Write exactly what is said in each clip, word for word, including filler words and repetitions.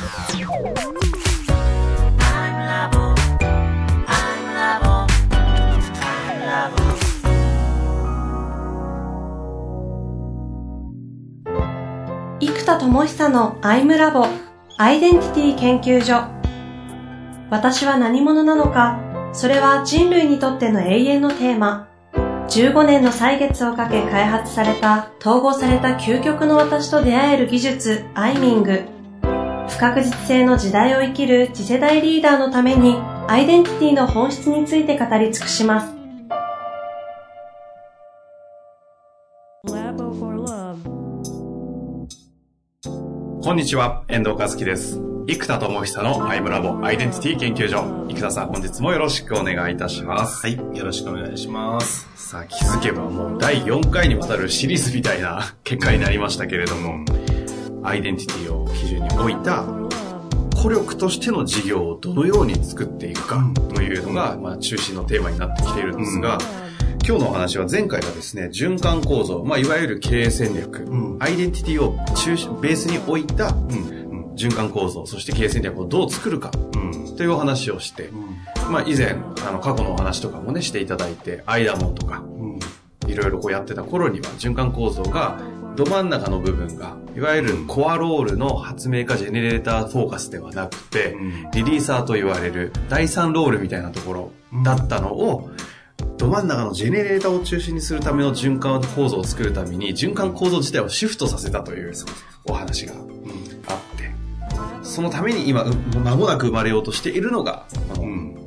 生田智久のアイムラボアイデンティティ研究所。私は何者なのか、それは人類にとっての永遠のテーマ。じゅうごねんの歳月をかけ開発された統合された究極の私と出会える技術アイミング。不確実性の時代を生きる次世代リーダーのためにアイデンティティの本質について語り尽くします。 こんにちは、遠藤和樹です。生田智久のアイムラボアイデンティティ研究所。生田さん、本日もよろしくお願いいたします。 はい、よろしくお願いします。 さあ、気づけばもうだいよんかいにわたるシリーズみたいな結果になりましたけれども、アイデンティティを基準に置いた個力としての事業をどのように作っていくかというのが、まあ、中心のテーマになってきているんですが、今日のお話は前回がですね、循環構造、まあ、いわゆる経営戦略、うん、アイデンティティを中心ベースに置いた、うん、循環構造、そして経営戦略をどう作るか、うん、というお話をして、うん、まあ、以前あの過去のお話とかもねしていただいて、アイダモンとか、うん、いろいろこうやってた頃には循環構造がど真ん中の部分がいわゆるコアロールの発明家ジェネレーターフォーカスではなくて、うん、リリーサーと言われる第三ロールみたいなところだったのを、ど真ん中のジェネレーターを中心にするための循環構造を作るために循環構造自体をシフトさせたというお話があって、そのために今間もなく生まれようとしているのが、うん、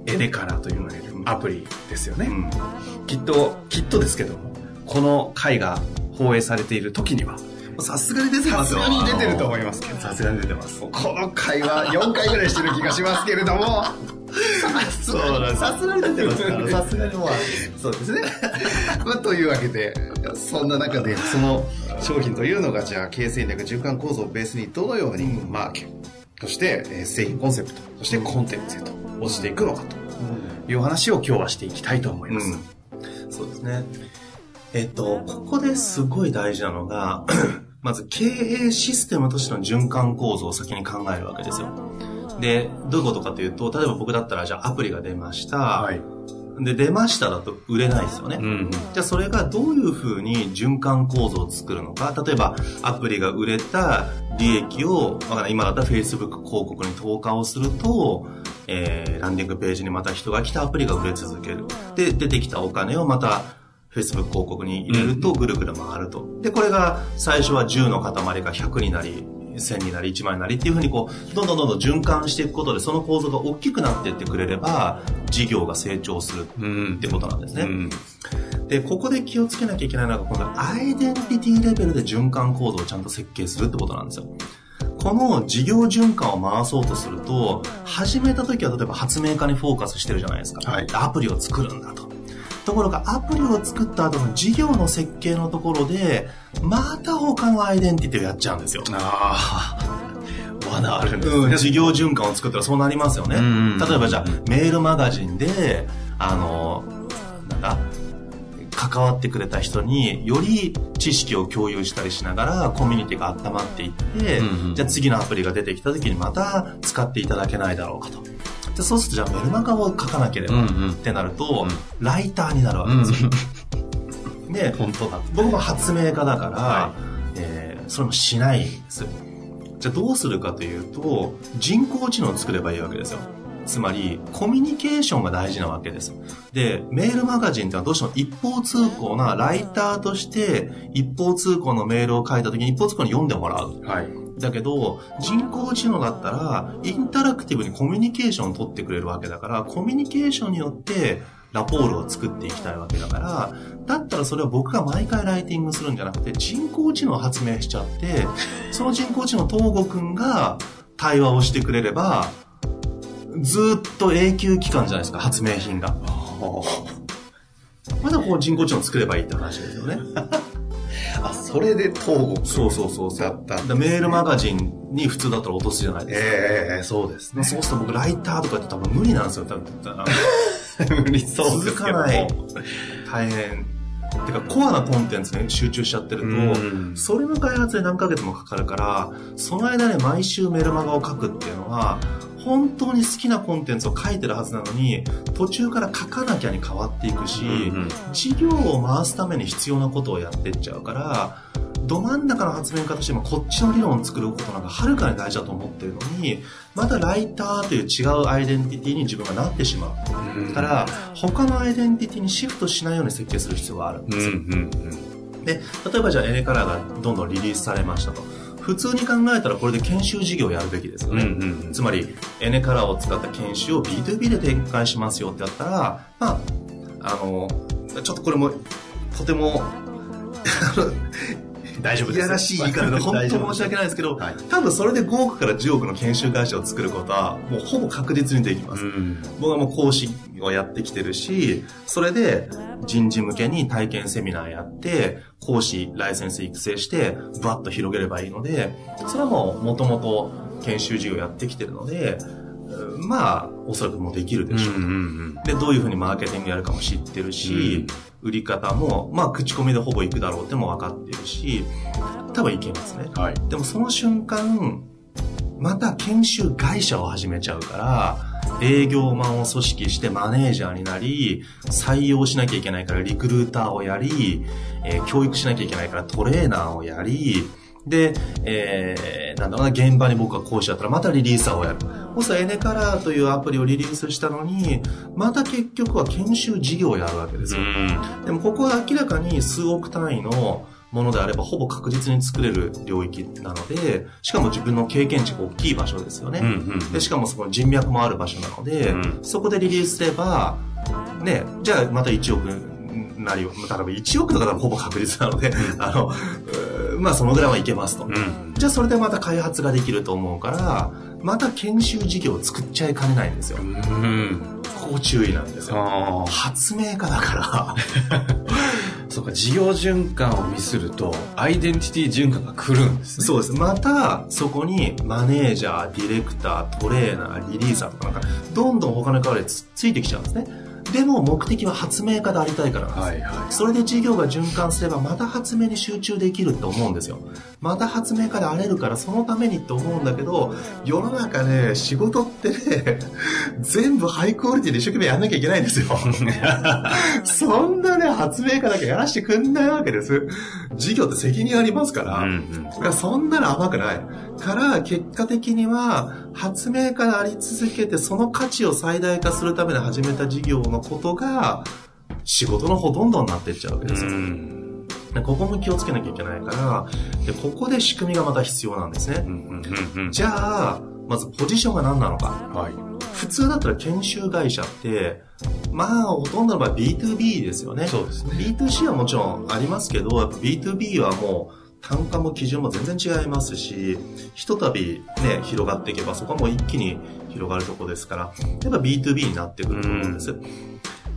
エネカラと言われるアプリですよね、うん、きっときっとですけども、この回が放映されている時にはさすがに出てますよ。 さすがに出てると思いますけど、 さすがに出てます。 この回はよんかいぐらいしてる気がしますけれどもそうなんです。さすがに出てますから、さすがにもうそうですねまあ、というわけで、そんな中でその商品というのが、じゃあ経営戦略循環構造をベースにどのようにマーケット、そして製品コンセプト、そしてコンテンツへと落ちていくのかという話を今日はしていきたいと思います、 うん、そうですね。えっとここですごい大事なのがまず経営システムとしての循環構造を先に考えるわけですよ。で、どういうことかというと、例えば僕だったら、じゃあアプリが出ました。はい、で、出ましただと売れないですよね。うん、じゃあそれがどういうふうに循環構造を作るのか。例えば、アプリが売れた利益を、今だったら Facebook 広告に投下をすると、えー、ランディングページにまた人が来たアプリが売れ続ける。で、出てきたお金をまた、Facebook 広告に入れるとぐるぐる回ると。で、これが最初はじゅうの塊がひゃくになり、せんになり、いちまんになりっていうふうにこう、どんどんどんどん循環していくことで、その構造が大きくなっていってくれれば、事業が成長するってことなんですね。うんうん、で、ここで気をつけなきゃいけないのが、今度はアイデンティティレベルで循環構造をちゃんと設計するってことなんですよ。この事業循環を回そうとすると、始めた時は例えば発明家にフォーカスしてるじゃないですか。はい、アプリを作るんだと。ところがアプリを作った後の事業の設計のところでまた他のアイデンティティをやっちゃうんですよ。 ああ、罠あるんですね、 うん、事業循環を作ったらそうなりますよね。うんうんうん、例えばじゃあメールマガジンであのなんだ関わってくれた人により知識を共有したりしながらコミュニティが温まっていって、うんうん、じゃあ次のアプリが出てきた時にまた使っていただけないだろうかと。でそうするとじゃあメルマガを書かなければってなると、うん、ライターになるわけですよ、うん、で本当だ僕も発明家だから、はい、えー、それもしないんですよ。じゃあどうするかというと人工知能を作ればいいわけですよ。つまりコミュニケーションが大事なわけです。でメールマガジンってのはどうしても一方通行なライターとして一方通行のメールを書いた時に一方通行に読んでもらう、はい、だけど人工知能だったらインタラクティブにコミュニケーションを取ってくれるわけだから、コミュニケーションによってラポールを作っていきたいわけだから、だったらそれは僕が毎回ライティングするんじゃなくて人工知能を発明しちゃってその人工知能東郷くんが対話をしてくれればずっと永久期間じゃないですか、発明品が。まだこう人工知能を作ればいいって話ですよね。 あ、それで東郷くんそうそうそうだったんですね。 だメールマガジンに普通だったら落とすじゃないですか。 ええー、そうですね。 そうすると僕ライターとかって多分無理なんですよ。多分無理そうですけども続かない。大変てかコアなコンテンツに集中しちゃってると、うん、それの開発で何ヶ月もかかるから、その間ね、毎週メルマガを書くっていうのは、本当に好きなコンテンツを書いてるはずなのに、途中から書かなきゃに変わっていくし、うんうん、事業を回すために必要なことをやっていっちゃうから、ど真ん中の発明家としてもこっちの理論を作ることなんかはるかに大事だと思ってるのに、またライターという違うアイデンティティに自分がなってしまう、うん、だから他のアイデンティティにシフトしないように設計する必要があるんですよ、うんうんうん、で例えばじゃあエネカラーがどんどんリリースされましたと、普通に考えたらこれで研修事業をやるべきですよね、うんうんうん、つまりエネカラーを使った研修を ビーツービー で展開しますよってやったら、まああのちょっとこれもとても大丈夫です。 いやらしい言い方で本当申し訳ないですけど、はい、多分それでごおくからじゅうおくの研修会社を作ることはもうほぼ確実にできます、うん、僕はもう講師をやってきてるし、それで人事向けに体験セミナーやって講師ライセンス育成してバッと広げればいいので、それはもう元々研修事業やってきてるので、まあおそらくもうできるでしょう、うんうんうん、でどういうふうにマーケティングやるかも知ってるし、うん、売り方もまあ口コミでほぼいくだろうっても分かってるし、多分いけますね、はい、でもその瞬間また研修会社を始めちゃうから営業マンを組織してマネージャーになり、採用しなきゃいけないからリクルーターをやり、えー、教育しなきゃいけないからトレーナーをやりで、えー、なんだろうな、現場に僕が講師だったらまたリリーサーをやる。もしエネカラーというアプリをリリースしたのに、また結局は研修事業をやるわけですよ。でもここは明らかに数億単位のものであればほぼ確実に作れる領域なので、しかも自分の経験値が大きい場所ですよね、うんうん、でしかもそこに人脈もある場所なので、うん、そこでリリースすればね、じゃあまたいちおくなり、例えばいちおくとかだとほぼ確実なので、あのまあそのぐらいはいけますと、うん、じゃあそれでまた開発ができると思うからまた研修事業を作っちゃいかねないんですよ、うん、ここ注意なんですよ。発明家だからそうか、事業循環をミスるとアイデンティティ循環が来るんですね。 そうです。またそこにマネージャー、ディレクター、トレーナー、リリーサーとかなんかどんどん他の代わりで つ, ついてきちゃうんですね。でも目的は発明家でありたいからなんです、はいはい、それで事業が循環すればまた発明に集中できるって思うんですよ。また発明家であれるからそのためにって思うんだけど、世の中ね、仕事ってね、全部ハイクオリティで一生懸命やんなきゃいけないんですよそんなね、発明家だけやらせてくんないわけです。事業って責任ありますから、うんうん、だからそんなの甘くないから結果的には発明家であり続けてその価値を最大化するために始めた事業のことが仕事のほとんどになっていっちゃうわけですよ。うんでここも気をつけなきゃいけないからで、ここで仕組みがまた必要なんですね、うんうんうん、じゃあまずポジションが何なのか、はい、普通だったら研修会社ってまあほとんどの場合 ビーツービー ですよね。そうですね。 ビーツーシー はもちろんありますけど、やっぱ ビーツービー はもう単価も基準も全然違いますし、ひとたびね広がっていけばそこはもう一気に広がるところですから、やっぱ ビーツービー になってくると思うんです、うん、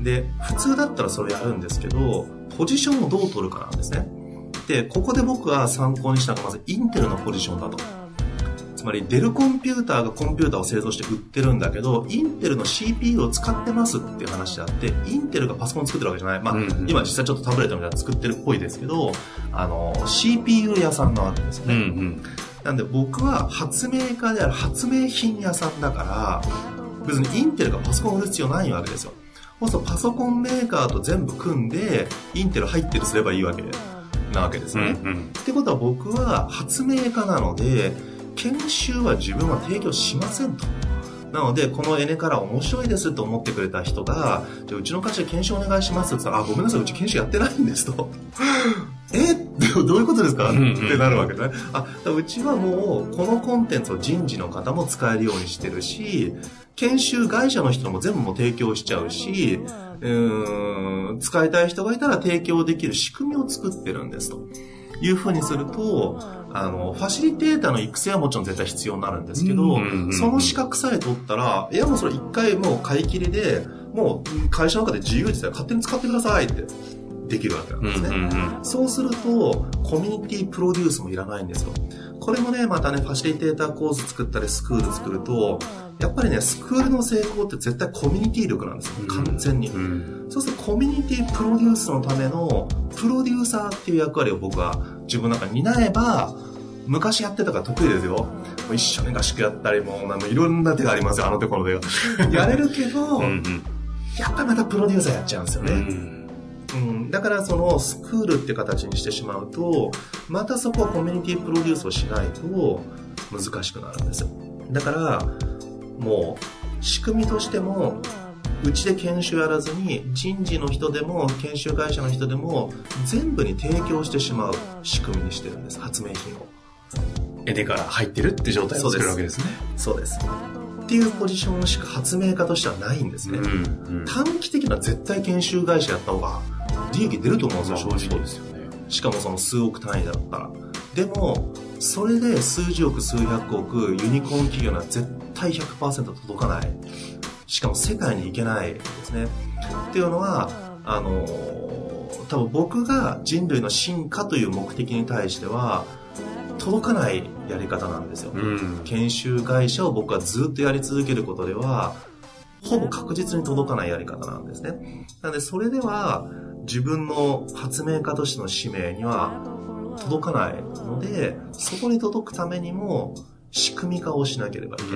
で普通だったらそれやるんですけど、ポジションをどう取るかなんですね。でここで僕は参考にしたのがまずインテルのポジションだと。つまりデルコンピューターがコンピューターを製造して売ってるんだけど、インテルの シーピーユー を使ってますっていう話であって、インテルがパソコン作ってるわけじゃない、まあ、うんうん、今実際ちょっとタブレットみたいなの作ってるっぽいですけど、あの シーピーユー 屋さんなわけですよね、うんうん、なんで僕は発明家である発明品屋さんだから別にインテルがパソコンを売る必要ないわけですよ。そうするとパソコンメーカーと全部組んでインテル入ってるすればいいわけなわけですね、うんうん、ってことは僕は発明家なので研修は自分は提供しませんと。なのでこのエネから面白いですと思ってくれた人が、じゃあうちの会社で研修お願いしますって言ったら、あ、ごめんなさい、うち研修やってないんですとえどういうことですか、うんうん、ってなるわけね。あ、うちはもうこのコンテンツを人事の方も使えるようにしてるし、研修会社の人も全部も提供しちゃうし、うーん使いたい人がいたら提供できる仕組みを作ってるんですというふうにすると、あのファシリテーターの育成はもちろん絶対必要になるんですけど、うんうんうん、その資格さえ取ったら、いやもうそれ一回もう買い切りでもう会社の中で自由自在勝手に使ってくださいってできるわけなんですね、 うんうんうん、 そうするとコミュニティプロデュースもいらないんですよ。これもねまたねファシリテーターコース作ったりスクール作るとやっぱりねスクールの成功って絶対コミュニティ力なんですよ、完全に、うん、そうするとコミュニティプロデュースのためのプロデューサーっていう役割を僕は自分の中に担えば、昔やってたから得意ですよ。一緒に合宿やったりもうなんかいろんな手がありますよ、あの手この手がやれるけどうん、うん、やっぱりまたプロデューサーやっちゃうんですよね、うんうん、だからそのスクールって形にしてしまうとまたそこはコミュニティプロデュースをしないと難しくなるんですよ。だからもう仕組みとしてもうちで研修やらずに人事の人でも研修会社の人でも全部に提供してしまう仕組みにしてるんです、発明品を。 エデから入ってるって状態を作るわけですね。 そうです。っていうポジションしか発明家としてはないんですね、うんうん、短期的な絶対研修会社やった方が利益出ると思うんですよ、正直。そうですよね。しかもその数億単位だったら。でもそれで数十億数百億ユニコーン企業には絶対 ひゃくパーセント 届かない、しかも世界に行けないですね。っていうのはあの多分僕が人類の進化という目的に対しては届かないやり方なんですよ、うん、研修会社を僕はずっとやり続けることではほぼ確実に届かないやり方なんですね。なのでそれでは自分の発明家としての使命には届かないので、そこに届くためにも仕組み化をしなければいけない、うん、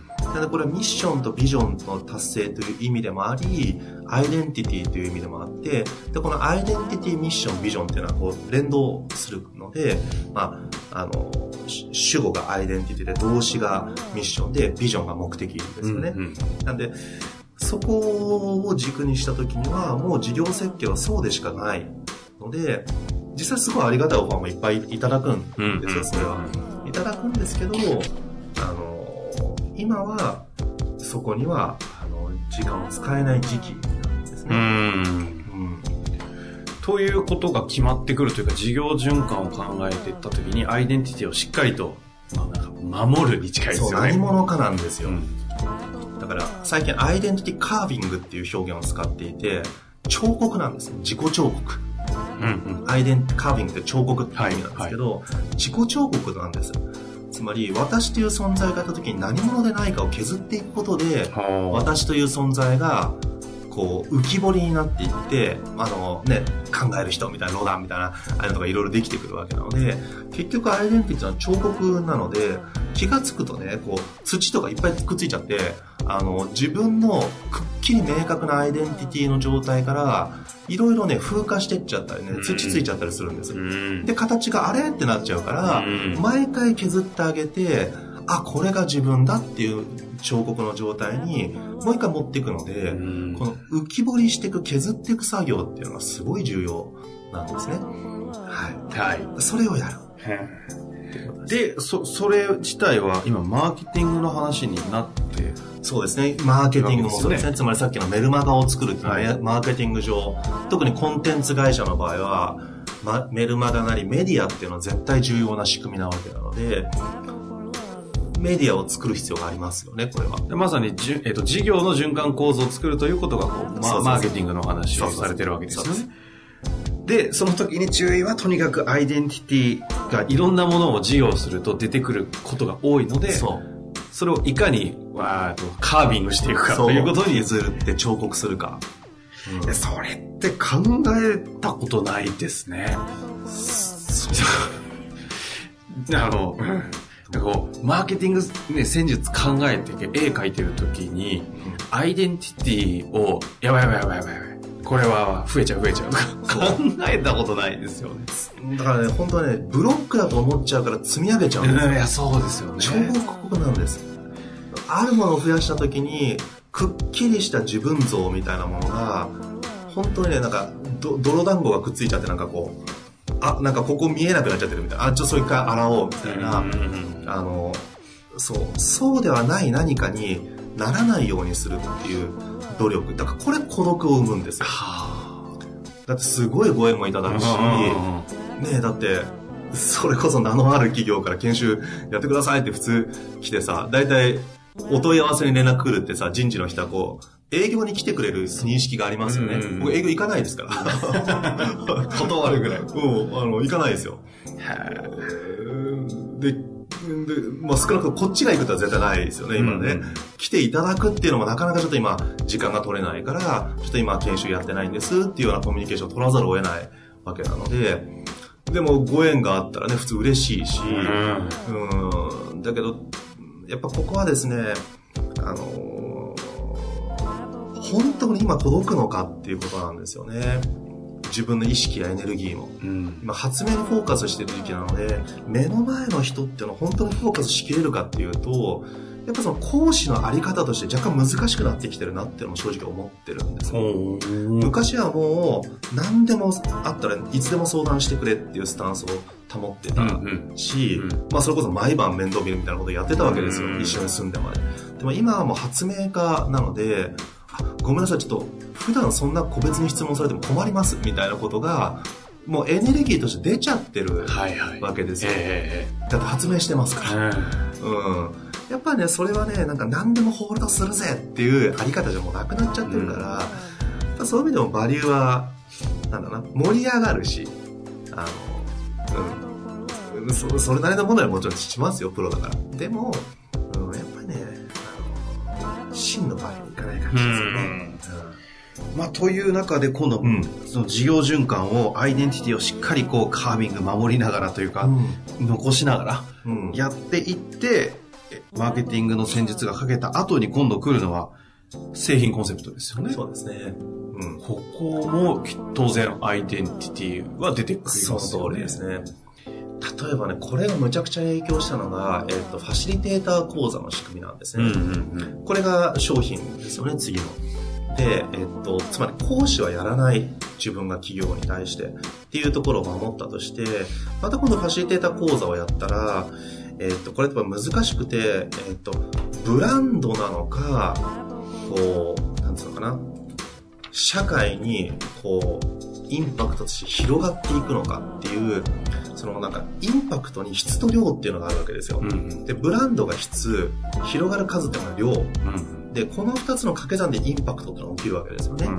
なのでこれはミッションとビジョンの達成という意味でもありアイデンティティという意味でもあって、でこのアイデンティティミッションビジョンっていうのはこう連動するので、まあ、あの主語がアイデンティティで動詞がミッションでビジョンが目的ですよね、うんうん、なんでそこを軸にした時にはもう事業設計はそうでしかないので、実際すごいありがたいオファーもいっぱいいただくんですよ、それはいただくんですけど、あの今はそこにはあの時間を使えない時期なんですね。うん、うん、 ということが決まってくるというか、事業循環を考えていった時にアイデンティティをしっかりと、まあ、なんか守るに近いですよね。 そう、何者かなんですよ、うん、だから最近アイデンティティカービングっていう表現を使っていて、彫刻なんですよ、自己彫刻、うんうん、アイデンティティカービングって彫刻って意味なんですけど、はいはい、自己彫刻なんです。つまり私という存在がいた時に何者でないかを削っていくことで、私という存在がこう浮き彫りになっていって、あのね、考える人みたいなロダンみたいなああいうのがいろいろできてくるわけなので、結局アイデンティティは彫刻なので、気がつくとね、こう土とかいっぱいくっついちゃって、あの自分のくっきり明確なアイデンティティの状態からいろいろね風化してっちゃったりね、土ついちゃったりするんです。で形があれってなっちゃうから、毎回削ってあげて、あ、これが自分だっていう彫刻の状態にもう一回持っていくので、この浮き彫りしていく、削っていく作業っていうのがすごい重要なんですね。はい、はい、それをやる。 で、そ、それ自体は今マーケティングの話になって、 そうですね、マーケティングもそうですね。つまりさっきのメルマガを作るっていうのは、はい、マーケティング上、特にコンテンツ会社の場合は、ま、メルマガなりメディアっていうのは絶対重要な仕組みなわけなので、メディアを作る必要がありますよね、これは。 まさにじゅ、えっと、事業の循環構造を作るということがこう、ま、マーケティングの話をされてるわけですよね。で、その時に注意はとにかくアイデンティティがいろんなものを事業すると出てくることが多いので、そう。それをいかにわーっとカービングしていくかということに譲るって彫刻するか。 うん、それって考えたことないですね。あの、こうマーケティング、ね、戦術考えて絵描いてる時に、うん、アイデンティティをやばいやばいやばいやばいこれは増えちゃう増えちゃうとか考えたことないですよね。 だからね、本当はね、ブロックだと思っちゃうから積み上げちゃうんですよ。 いや、そうですよね。 彫刻なんです。あるものを増やした時にくっきりした自分像みたいなものが本当にね、なんかど泥団子がくっついちゃって、なんかこう、あ、なんかここ見えなくなっちゃってるみたいな、あ、ちょっと一回洗おうみたいな、あのそうそうではない何かにならないようにするっていう努力、だからこれ孤独を生むんですよ。だってすごいご縁もいただくし、ねえ、だってそれこそ名のある企業から研修やってくださいって普通来てさ、だいたいお問い合わせに連絡来るってさ、人事の人はこう営業に来てくれる認識がありますよね。うん、僕営業行かないですから。 断るぐらい。 うん、あの、行かないですよ。で、で、まあ、少なくともこっちが行くとは絶対ないですよね、今ね、うん。来ていただくっていうのもなかなかちょっと今、時間が取れないから、ちょっと今研修やってないんですっていうようなコミュニケーションを取らざるを得ないわけなので、でもご縁があったらね、普通嬉しいし、うん、うんだけど、やっぱここはですね、あの本当に今届くのかっていうことなんですよね。自分の意識やエネルギーも、うん、今発明にフォーカスしてる時期なので、目の前の人っていうのを本当にフォーカスしきれるかっていうと、やっぱその講師のあり方として若干難しくなってきてるなっていうのも正直思ってるんですよ。昔はもう何でもあったらいつでも相談してくれっていうスタンスを保ってたし、うんうん、まあそれこそ毎晩面倒見るみたいなことをやってたわけですよ、うんうん、一緒に住んでまで。でも今はもう発明家なので、ごめんなさい、ちょっと普段そんな個別に質問されても困りますみたいなことがもうエネルギーとして出ちゃってるわけですよ、はいはいえー、だって発明してますから、うんうんやっぱね、それはね、なんか何でもホールドするぜっていうあり方じゃもうなくなっちゃってるから、うん、そういう意味でもバリューは、なんだな、盛り上がるし、あの、うん、そ, それなりのものはもちろんしますよ、プロだから。でも、うん、やっぱりね、あの、真のバリューにいかない感じですよね。うんまあ、という中で今度、うん、その事業循環をアイデンティティをしっかりこうカービング守りながらというか、うん、残しながらやっていって、マーケティングの戦術がかけた後に今度来るのは製品コンセプトですよね。 そうですね。 うん、ここも当然アイデンティティは出てくるんですよね。 その通りですね。例えばね、これがむちゃくちゃ影響したのが、えっと、ファシリテーター講座の仕組みなんですね。うんうんうん、これが商品ですよね、次の。で、えっと、つまり講師はやらない自分が企業に対してっていうところを守ったとして、また今度ファシリテーター講座をやったら、えっと、これやっぱ難しくて、えっと、ブランドなのか、こう、なんつうのかな、社会に、こう、インパクトとして広がっていくのかっていう、そのなんか、インパクトに質と量っていうのがあるわけですよ。うんうん、で、ブランドが質、広がる数っていうのが量。うん、で、この二つの掛け算でインパクトっていうのが起きるわけですよね。うん、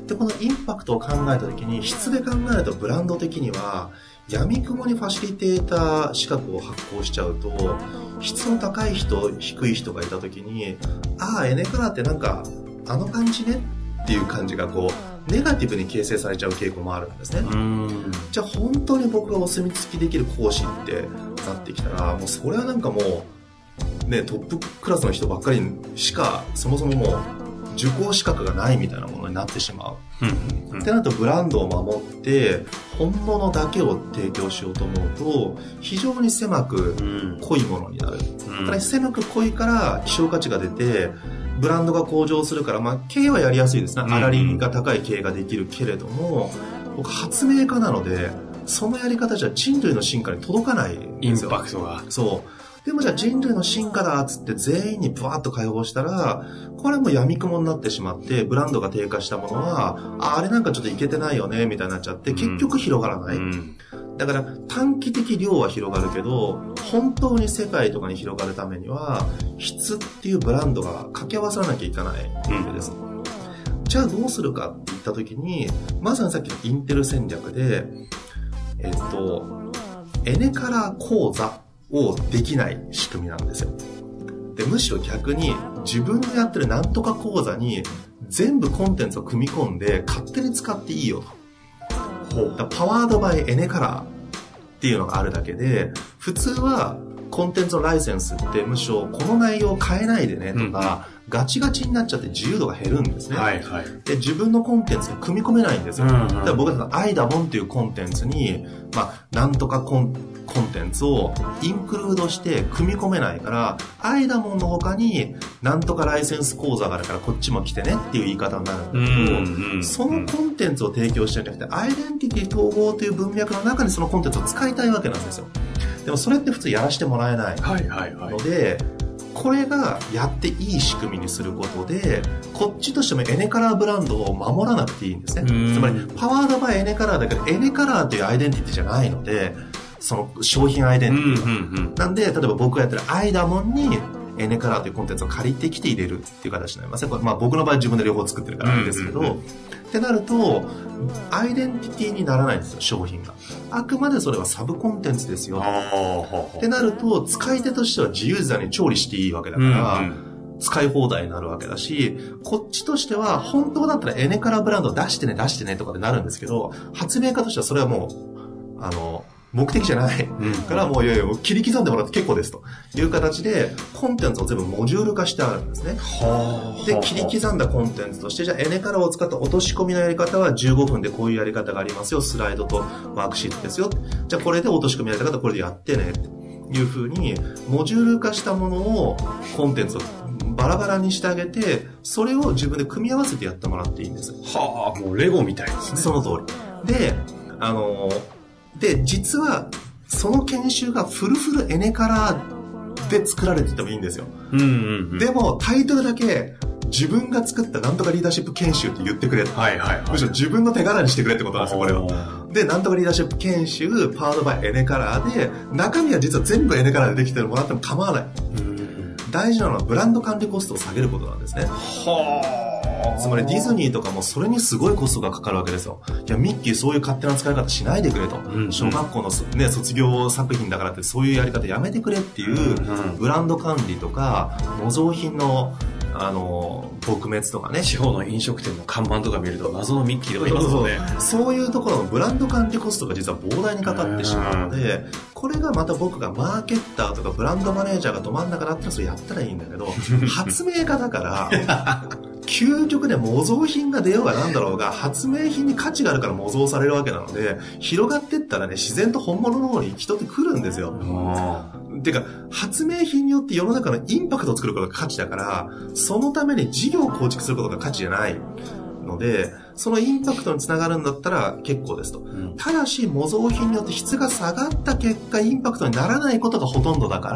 で、このインパクトを考えたときに、質で考えるとブランド的には、闇雲にファシリテーター資格を発行しちゃうと、質の高い人、低い人がいたときに、ああ、エネカラーってなんか、あの感じねっていう感じがこう、ネガティブに形成されちゃう傾向もあるんですね。うんじゃあ本当に僕がお墨付きできる講師ってなってきたら、もうそれはなんかもう、ね、トップクラスの人ばっかりしか、そもそももう、受講資格がないみたいなものになってしまう、うんうん、ってなるとブランドを守って本物だけを提供しようと思うと非常に狭く濃いものになる、うん、だから狭く濃いから希少価値が出てブランドが向上するから、まあ、経営はやりやすいですね、粗利が高い経営ができるけれども僕発明家なのでそのやり方じゃ人類の進化に届かないんですよ。 インパクトがそうでもじゃあ人類の進化だっつって全員にブワーッと解放したら、これはもう闇雲になってしまって、ブランドが低下したものは、あ、あれなんかちょっといけてないよね、みたいになっちゃって、結局広がらない。うん、だから短期的量は広がるけど、本当に世界とかに広がるためには、質っていうブランドが掛け合わさらなきゃいけないわけです。うん、じゃあどうするかって言った時に、まさにさっきのインテル戦略で、えっと、エネカラー講座、をできない仕組みなんですよ。で、むしろ逆に自分のやってるなんとか講座に全部コンテンツを組み込んで勝手に使っていいよと。ほう。だパワードバイエネカラーっていうのがあるだけで、普通はコンテンツのライセンスってむしろこの内容を変えないでねとか、うん、ガチガチになっちゃって自由度が減るんですね。はいはい。で、自分のコンテンツに組み込めないんですよ。うんうん、だから僕だったらアイダモンっていうコンテンツに、まあ、なんとかコンコンテンツをインクルードして組み込めないから、アイダモンの他になんとかライセンス講座があるからこっちも来てねっていう言い方になるんだけど、うんうん、そのコンテンツを提供してなくて、アイデンティティ統合という文脈の中にそのコンテンツを使いたいわけなんですよ。でもそれって普通やらせてもらえないので、はいはいはい、これがやっていい仕組みにすることで、こっちとしてもエネカラーブランドを守らなくていいんですね。つまりパワードバイエネカラーだけどエネカラーというアイデンティティじゃないので、その商品アイデンティティは、うんうんうん、なんで例えば僕がやってるアイダモンにエネカラーというコンテンツを借りてきて入れるっていう形になりますね。これまあ僕の場合自分で両方作ってるからあれですけど、うんうんうん、ってなるとアイデンティティにならないんですよ、商品が。あくまでそれはサブコンテンツですよってなると、使い手としては自由自在に調理していいわけだから、うんうん、使い放題になるわけだし、こっちとしては本当だったらエネカラブランド出してね出してねとかでなるんですけど、発明家としてはそれはもうあの目的じゃない、うん、からもういやいやもう切り刻んでもらって結構ですという形でコンテンツを全部モジュール化してあるんですね。で切り刻んだコンテンツとして、じゃあエネカラを使った落とし込みのやり方はじゅうごふんでこういうやり方がありますよ、スライドとワークシートですよ、じゃあこれで落とし込みやり方これでやってねっていう風にモジュール化したものをコンテンツをバラバラにしてあげて、それを自分で組み合わせてやってもらっていいんです。 はあ、もうレゴみたいですね。 その通りで、あので実はその研修がフルフルエネカラーで作られててもいいんですよ、うんうんうん、でもタイトルだけ自分が作ったなんとかリーダーシップ研修って言ってくれ、はいはいはい、むしろ自分の手柄にしてくれってことなんですよ、これは。でなんとかリーダーシップ研修パワードバイエネカラーで、中身は実は全部エネカラーでできてるものあっても構わない、うん、大事なのはブランド管理コストを下げることなんですね。はあ。つまりディズニーとかもそれにすごいコストがかかるわけですよ。いやミッキーそういう勝手な使い方しないでくれと、うんうん、小学校の、ね、卒業作品だからってそういうやり方やめてくれっていう、うんうん、ブランド管理とか模造品のあの撲滅とかね、 地方の飲食店の看板とか見ると謎のミッキーとかいますよね。 そういうところのブランド管理コストが実は膨大にかかってしまうので、これがまた僕がマーケッターとかブランドマネージャーがど真ん中だったらそれやったらいいんだけど発明家だから究極で模造品が出ようがなんだろうが発明品に価値があるから模造されるわけなので、広がっていったらね自然と本物の方に人って来るんですよ。てか発明品によって世の中のインパクトを作ることが価値だから、そのために事業を構築することが価値じゃないので、そのインパクトにつながるんだったら結構ですと、うん、ただし模造品によって質が下がった結果インパクトにならないことがほとんどだから、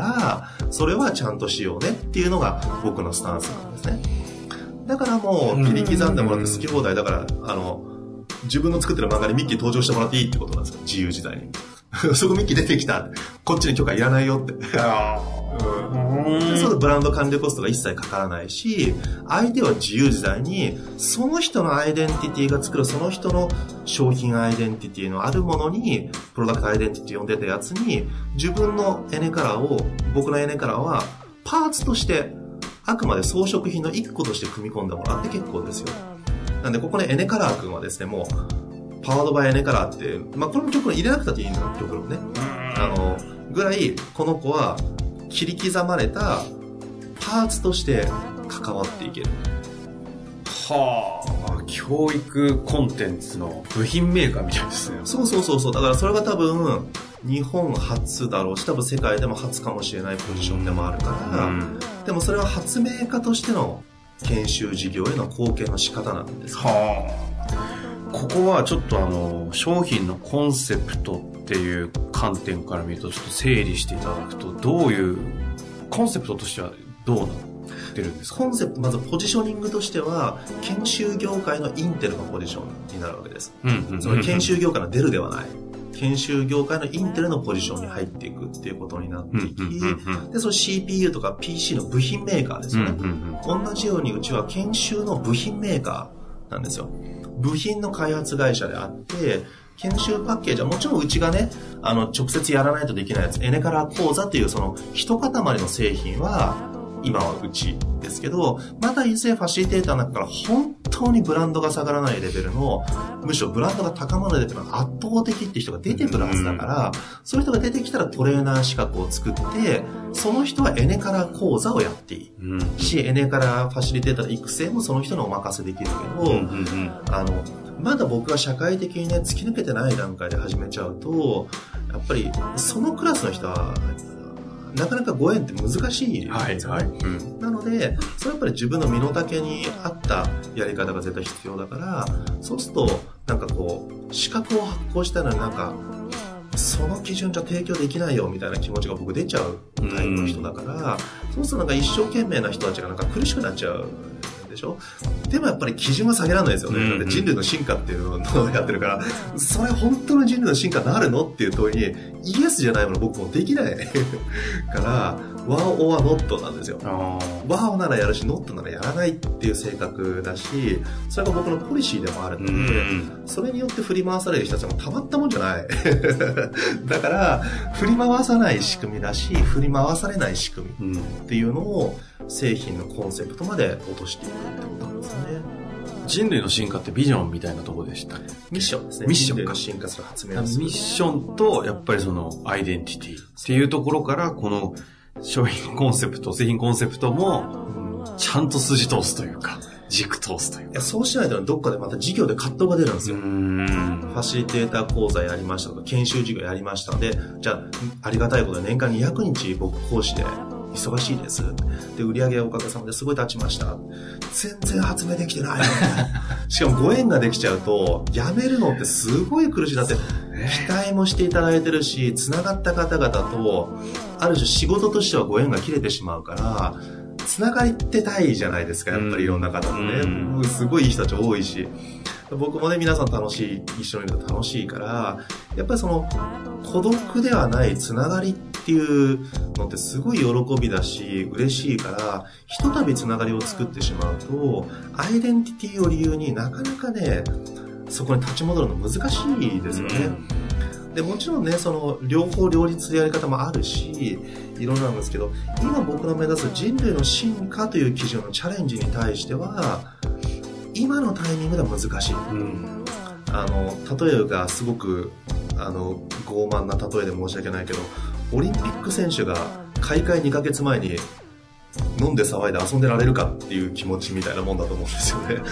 それはちゃんとしようねっていうのが僕のスタンスなんですね。だからもう切り刻んでもらって好き放題だから、あの自分の作ってる漫画にミッキー登場してもらっていいってことなんですよ、自由自在にそこミッキー出てきた、こっちに許可いらないよってあ、うん、でそのブランド管理コストが一切かからないし、相手は自由自在にその人のアイデンティティが作るその人の商品アイデンティティのあるものに、プロダクトアイデンティティ呼んでたやつに自分のエネカラーを、僕のエネカラーはパーツとしてあくまで装飾品の一個として組み込んでもらって結構ですよ。なんでここねエネカラー君はですね、もうパワードバイエネカラーって、まあ、これも極論入れなくたっていいんだよ、極論ね。あの、ぐらい、この子は切り刻まれたパーツとして関わっていける。 はあ、教育コンテンツの部品メーカーみたいですね。 そうそうそうそう。だからそれが多分、日本初だろうし、多分世界でも初かもしれないポジションでもあるから、うん、でもそれは発明家としての研修事業への貢献の仕方なんです。はあ。ここはちょっとあの商品のコンセプトっていう観点から見るとちょっと整理していただくと、どういうコンセプトとしてはどうなってるんですか？ コンセプト、まずポジショニングとしては研修業界のインテルのポジションになるわけです、うんうんうんうん、その研修業界のデルではない、研修業界のインテルのポジションに入っていくっていうことになっていき、うんうんうんうん、でその シーピーユー とか ピーシー の部品メーカーですよね、うんうんうん、同じようにうちは研修の部品メーカーなんですよ。部品の開発会社であって、研修パッケージはもちろんうちがね、あの直接やらないとできないやつ、エネカラー講座っていうその一塊の製品は今はうちですけど、またいずれファシリテーターの中から本当にブランドが下がらないレベルの、むしろブランドが高まるレベルの圧倒的っていう人が出てくるはずだから、そういう人が出てきたらトレーナー資格を作って、その人はエネカラー講座をやっていい、うん、し、エネカラーファシリテーターの育成もその人にお任せできるけど、うんうんうん、あのまだ僕が社会的にね突き抜けてない段階で始めちゃうと、やっぱりそのクラスの人はなかなかご縁って難しいんですよね、はいはい、うん、なのでそれはやっぱり自分の身の丈に合ったやり方が絶対必要だから、そうするとなんかこう資格を発行したらなんかその基準じゃ提供できないよみたいな気持ちが僕出ちゃうタイプの人だから、うん、そうするとなんか一生懸命な人たちがなんか苦しくなっちゃうでしょ。でもやっぱり基準は下げられないですよね、うんうん、だって人類の進化っていうのをやってるから、それ本当の人類の進化になるのっていう問いにイエスじゃないもの僕もできないから、 ワオはノットなんですよ。 あワオならやるしノットならやらないっていう性格だし、それが僕のポリシーでもあるので、 うんそれによって振り回される人たちもたまったもんじゃないだから振り回さない仕組みだし、振り回されない仕組みっていうのを製品のコンセプトまで落としていくってことなんですよね。 人類の進化ってビジョンみたいなところでしたね。 ミッションですね。 ミッションか人類が進化する発明をするミッションとやっぱりそのアイデンティティっていうところから、この商品コンセプト、製品コンセプトもちゃんと筋通すというか軸通すというか。 いや、そうしないとどっかでまた授業で葛藤が出るんですよ。 うーんファシリテーター講座やりましたとか研修授業やりましたので、じゃあありがたいことで年間にひゃくにち僕講師で忙しいです。で、売り上げおかげさまですごい立ちました。全然発明できてない。しかもご縁ができちゃうと、やめるのってすごい苦しい。だって、期待もしていただいてるし、繋がった方々と、ある種仕事としてはご縁が切れてしまうから、繋がりってたいじゃないですか、やっぱりいろんな方とね。 うん、 すごいいい人たち多いし。僕もね、皆さん楽しい、一緒にいると楽しいから、やっぱりその、孤独ではないつながりっていうのってすごい喜びだし、嬉しいから、ひとたびつながりを作ってしまうと、アイデンティティを理由になかなかね、そこに立ち戻るの難しいですよね。うん、で、もちろんね、その、両方両立でやり方もあるし、いろんなんですけど、今僕の目指す人類の進化という基準のチャレンジに対しては、今のタイミングでは難しい。うん、あの、例えがすごく、あの、傲慢な例えで申し訳ないけど、オリンピック選手が開会にかげつまえに飲んで騒いで遊んでられるかっていう気持ちみたいなもんだと思うんですよね。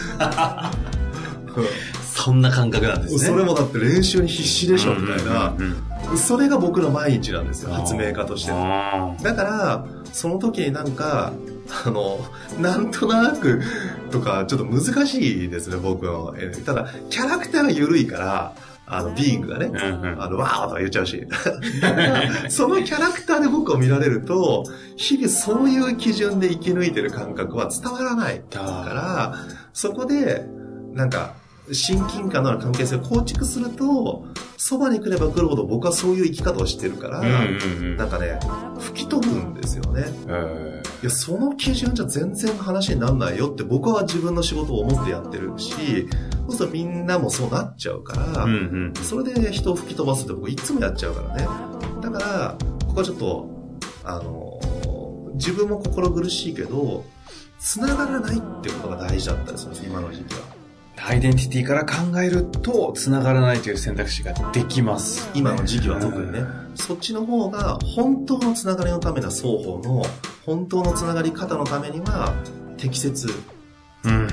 そんな感覚なんですね。 それもだって練習に必死でしょみたいな、それが僕の毎日なんですよ、発明家として。だから、その時になんか、あの、なんとなくとか、ちょっと難しいですね、僕は。ただ、キャラクターが緩いから、あの、ビーイングがね、うんうん、あの、ワーとか言っちゃうし。だから、そのキャラクターで僕を見られると、日々そういう基準で生き抜いてる感覚は伝わらない。から、そこで、なんか、親近感のある関係性を構築すると、そばに来れば来るほど僕はそういう生き方をしてるから、うんうんうん、なんかね、吹き飛ぶんですよね。いや、その基準じゃ全然話にならないよって僕は自分の仕事を思ってやってるし、そうするとみんなもそうなっちゃうから、うんうん、それで人を吹き飛ばすって僕いつもやっちゃうからね。だから、ここはちょっと、あの、自分も心苦しいけど、繋がらないってことが大事だったりするんです、今の時期は。 アイデンティティから考えると繋がらないという選択肢ができます、ね、 今の時期は特にね、そっちの方が本当の繋がりのための双方の本当の繋がり方のためには適切。 うん、うん、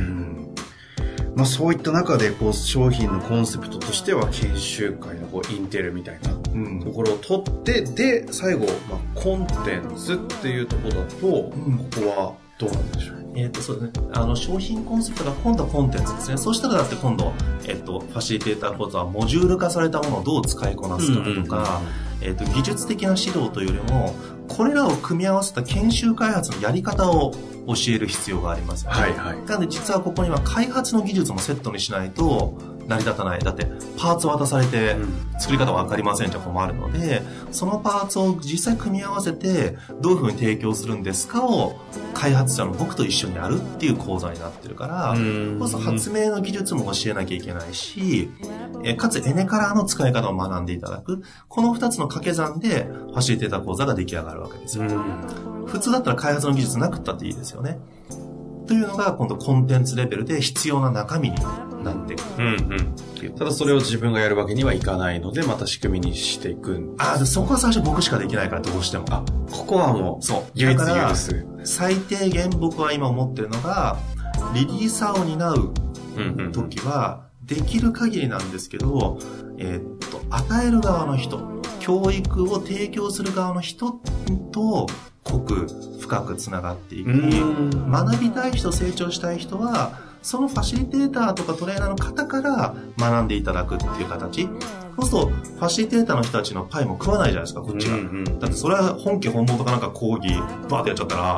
まあ、そういった中でこう商品のコンセプトとしては研修会のこうインテルみたいなところを取って、うん、で最後、まあ、コンテンツっていうところだと、うん、ここはどうなんでしょう。 えっと、そうですね。あの、商品コンセプトが今度はコンテンツですね。そうしたらだって今度、えっと、ファシリテーター講座はモジュール化されたものをどう使いこなすかとか、えっと、技術的な指導というよりも、これらを組み合わせた研修開発のやり方を教える必要がありますよね。はいはい。なので実はここには開発の技術もセットにしないと成り立たない。だってパーツを渡されて作り方わかりませんじゃ困るので、そのパーツを実際組み合わせてどういう風に提供するんですかを開発者の僕と一緒にやるっていう講座になってるから、そうすると発明の技術も教えなきゃいけないし、えかつエネカラーの使い方を学んでいただく。この二つの掛け算でファシリテーター講座が出来上がるわけですよ。普通だったら開発の技術なくったっていいですよね。というのが今度コンテンツレベルで必要な中身になってくる。うんうん、ただそれを自分がやるわけにはいかないので、また仕組みにしていく。 ああ、そこは最初僕しかできないからどうしても。 あ、ここはもう、そう。唯一許す。 最低限僕は今思ってるのが、リリーサーを担う時は、できる限りなんですけど、えー、っと、与える側の人、教育を提供する側の人と濃く深くつながっていき、学びたい人、成長したい人は、そのファシリテーターとかトレーナーの方から学んでいただくっていう形。そうすると、ファシリテーターの人たちのパイも食わないじゃないですか、こっちが。だってそれは本家本元とかなんか講義、バーってやっちゃったら、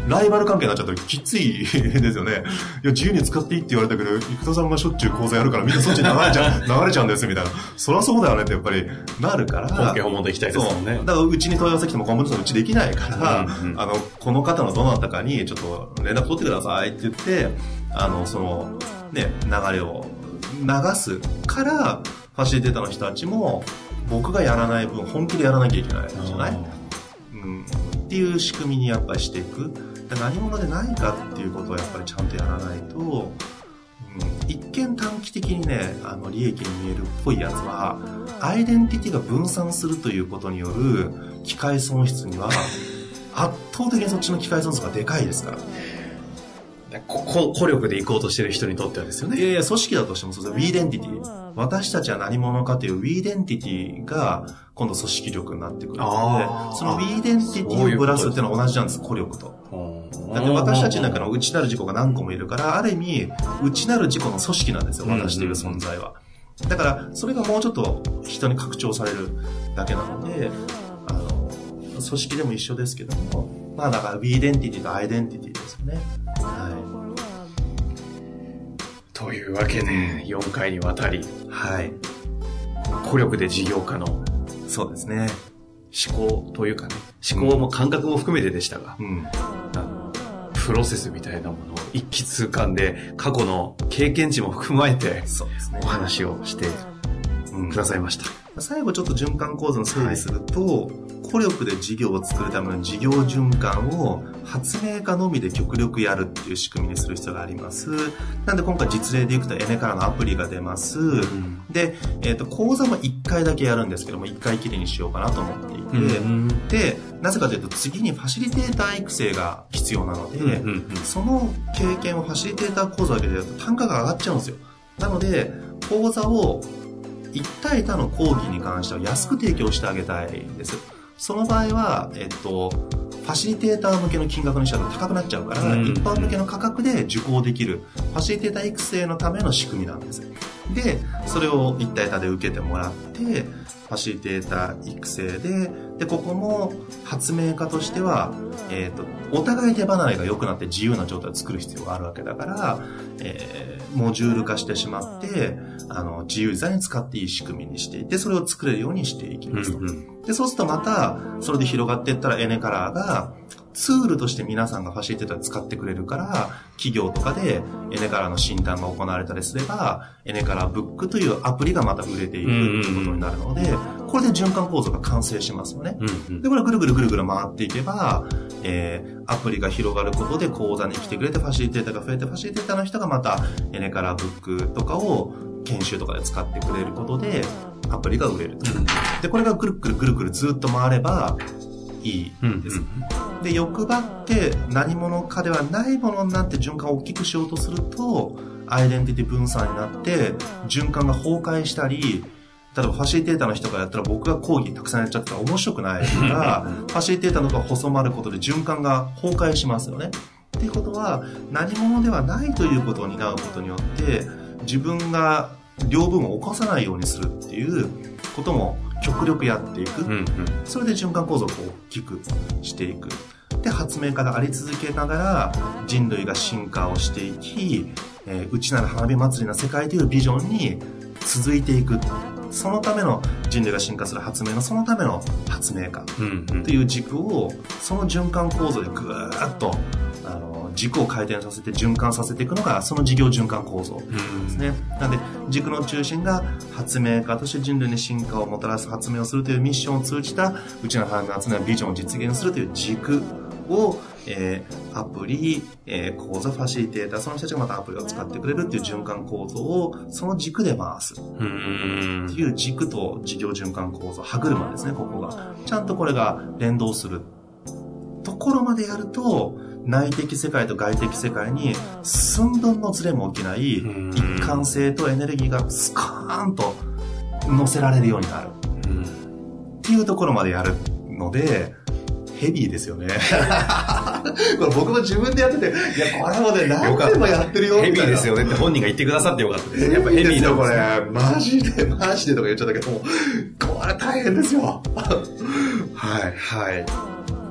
ライバル関係になっちゃったらきついですよね。いや、自由に使っていいって言われたけど、生田さんがしょっちゅう講座やるからみんなそっちに流れちゃう、流れちゃうんですみたいな。そりゃそうだよねってやっぱりなるから。 本家本物で行きたいですもんね。 だからうちに問い合わせ来てもコンプさんうちできないから、 うんうん、 あの、この方のどなたかにちょっと連絡取ってくださいって言って、あの、その、ね、流れを流すから、ファシリテーターの人たちも、僕がやらない分本気でやらなきゃいけないじゃない、うん、っていう仕組みにやっぱりしていく。何者でないかっていうことをやっぱりちゃんとやらないと、うん、一見短期的にね、あの利益に見えるっぽいやつは、アイデンティティが分散するということによる機会損失には、圧倒的にそっちの機会損失がでかいですから。 こ孤力で行こうとしてる人にとってはですよね。 いやいや、組織だとしてもそうです。ウィーデンティティ。私たちは何者かというウィーデンティティが今度組織力になってくるので、そのウィーデンティティをぶらすっていうのは同じなんです、孤力と。だって私たちの中の内なる自己が何個もいるから、ある意味、内なる自己の組織なんですよ、私という存在は。だから、それがもうちょっと人に拡張されるだけなので、あの、組織でも一緒ですけども、まあだからウィーデンティティとアイデンティティですよね。はい。 というわけで、よんかいにわたり、 はい。 孤力で事業家の、 そうですね。 思考というかね、思考も感覚も含めてでしたが、 うん、 あのプロセスみたいなものを一気通貫で、過去の経験値も踏まえて、 そうですね。 お話をしてくださいました。 うん、最後ちょっと循環構造の整理すると、はい、孤力で事業を作るための事業循環を発明家のみで極力やるっていう仕組みにする必要があります。なんで今回実例でいくとエネからのアプリが出ます。うん、で、えっと、講座もいっかいだけやるんですけども、いっかいきりにしようかなと思っていて、うん、で、なぜかというと次にファシリテーター育成が必要なので、うんうんうん、その経験をファシリテーター講座だけでやると単価が上がっちゃうんですよ。なので、講座をいち対多の講義に関しては安く提供してあげたいです。その場合は、えっと、ファシリテーター向けの金額にしたら高くなっちゃうから、うん、一般向けの価格で受講できるファシリテーター育成のための仕組みなんです。で、それを一対多で受けてもらって、ファシリテーター育成で、で、ここも発明家としては、えっと、お互い手離れが良くなって自由な状態を作る必要があるわけだから、えー、モジュール化してしまって、あの、自由自在に使っていい仕組みにしていて、それを作れるようにしていきますと。うんうん、で、そうするとまた、それで広がっていったらエネカラーが、ツールとして皆さんがファシリテーターで使ってくれるから、企業とかでエネカラーの診断が行われたりすれば、エネカラーブックというアプリがまた売れていくということになるので、これで循環構造が完成しますよね。うんうん、で、これぐるぐるぐるぐる回っていけば、えー、アプリが広がることで講座に来てくれて、ファシリテーターが増えて、ファシリテーターの人がまたエネカラーブックとかを研修とかで使ってくれることで、アプリが売れると。で、これがぐるぐるぐるぐるずっと回れば、いいです。うんうん、で、欲張って何者かではないものになって循環を大きくしようとすると、アイデンティティ分散になって、循環が崩壊したり、例えばファシリテーターの人がやったら僕が講義たくさんやっちゃったら面白くないから、ファシリテーターの方が細まることで循環が崩壊しますよね。っていうことは、何者ではないということを担うことによって、自分が両分を起こさないようにするっていうことも極力やっていく、うんうん、それで循環構造を大きくしていく。で、発明家があり続けながら人類が進化をしていき、えー、内なる花火祭りな世界というビジョンに続いていく。そのための人類が進化する発明のそのための発明家という軸をその循環構造でぐーっとあの軸を回転させて循環させていくのがその事業循環構造ですね。なので軸の中心が発明家として人類に進化をもたらす発明をするというミッションを通じたうちの花の集めのビジョンを実現するという軸を、えー、アプリ、えー、講座ファシリテーターその人たちがまたアプリを使ってくれるっていう循環構造をその軸で回すっていう軸と事業循環構造歯車ですね。ここがちゃんとこれが連動するところまでやると内的世界と外的世界に寸分のズレも起きない一貫性とエネルギーがスカーンと乗せられるようになるっていうところまでやるのでヘビーですよねこれ僕も自分でやってていやこれもね何回もやってるよみたいなヘビーですよねって本人が言ってくださってよかったですやっぱヘビーだこれマジでマジでとか言っちゃったけどもこれ大変ですよはいはい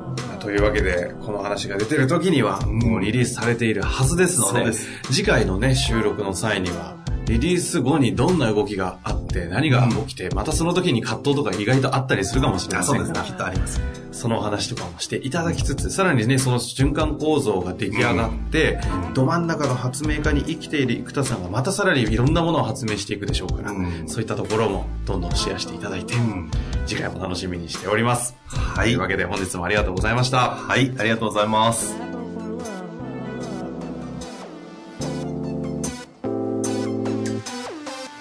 というわけで、この話が出てる時には、もうリリースされているはずですので、うん、次回のね、収録の際には、リリース後にどんな動きがあって、何が起きて、うん、またその時に葛藤とか意外とあったりするかもしれませんが、 そうですね、きっとあります。 そのお話とかもしていただきつつ、さらにね、その循環構造が出来上がって、うん、ど真ん中の発明家に生きている生田さんがまたさらにいろんなものを発明していくでしょうから、うん、そういったところもどんどんシェアしていただいて、うん、次回も楽しみにしております。 はい。 というわけで本日もありがとうございました。 はい、ありがとうございます。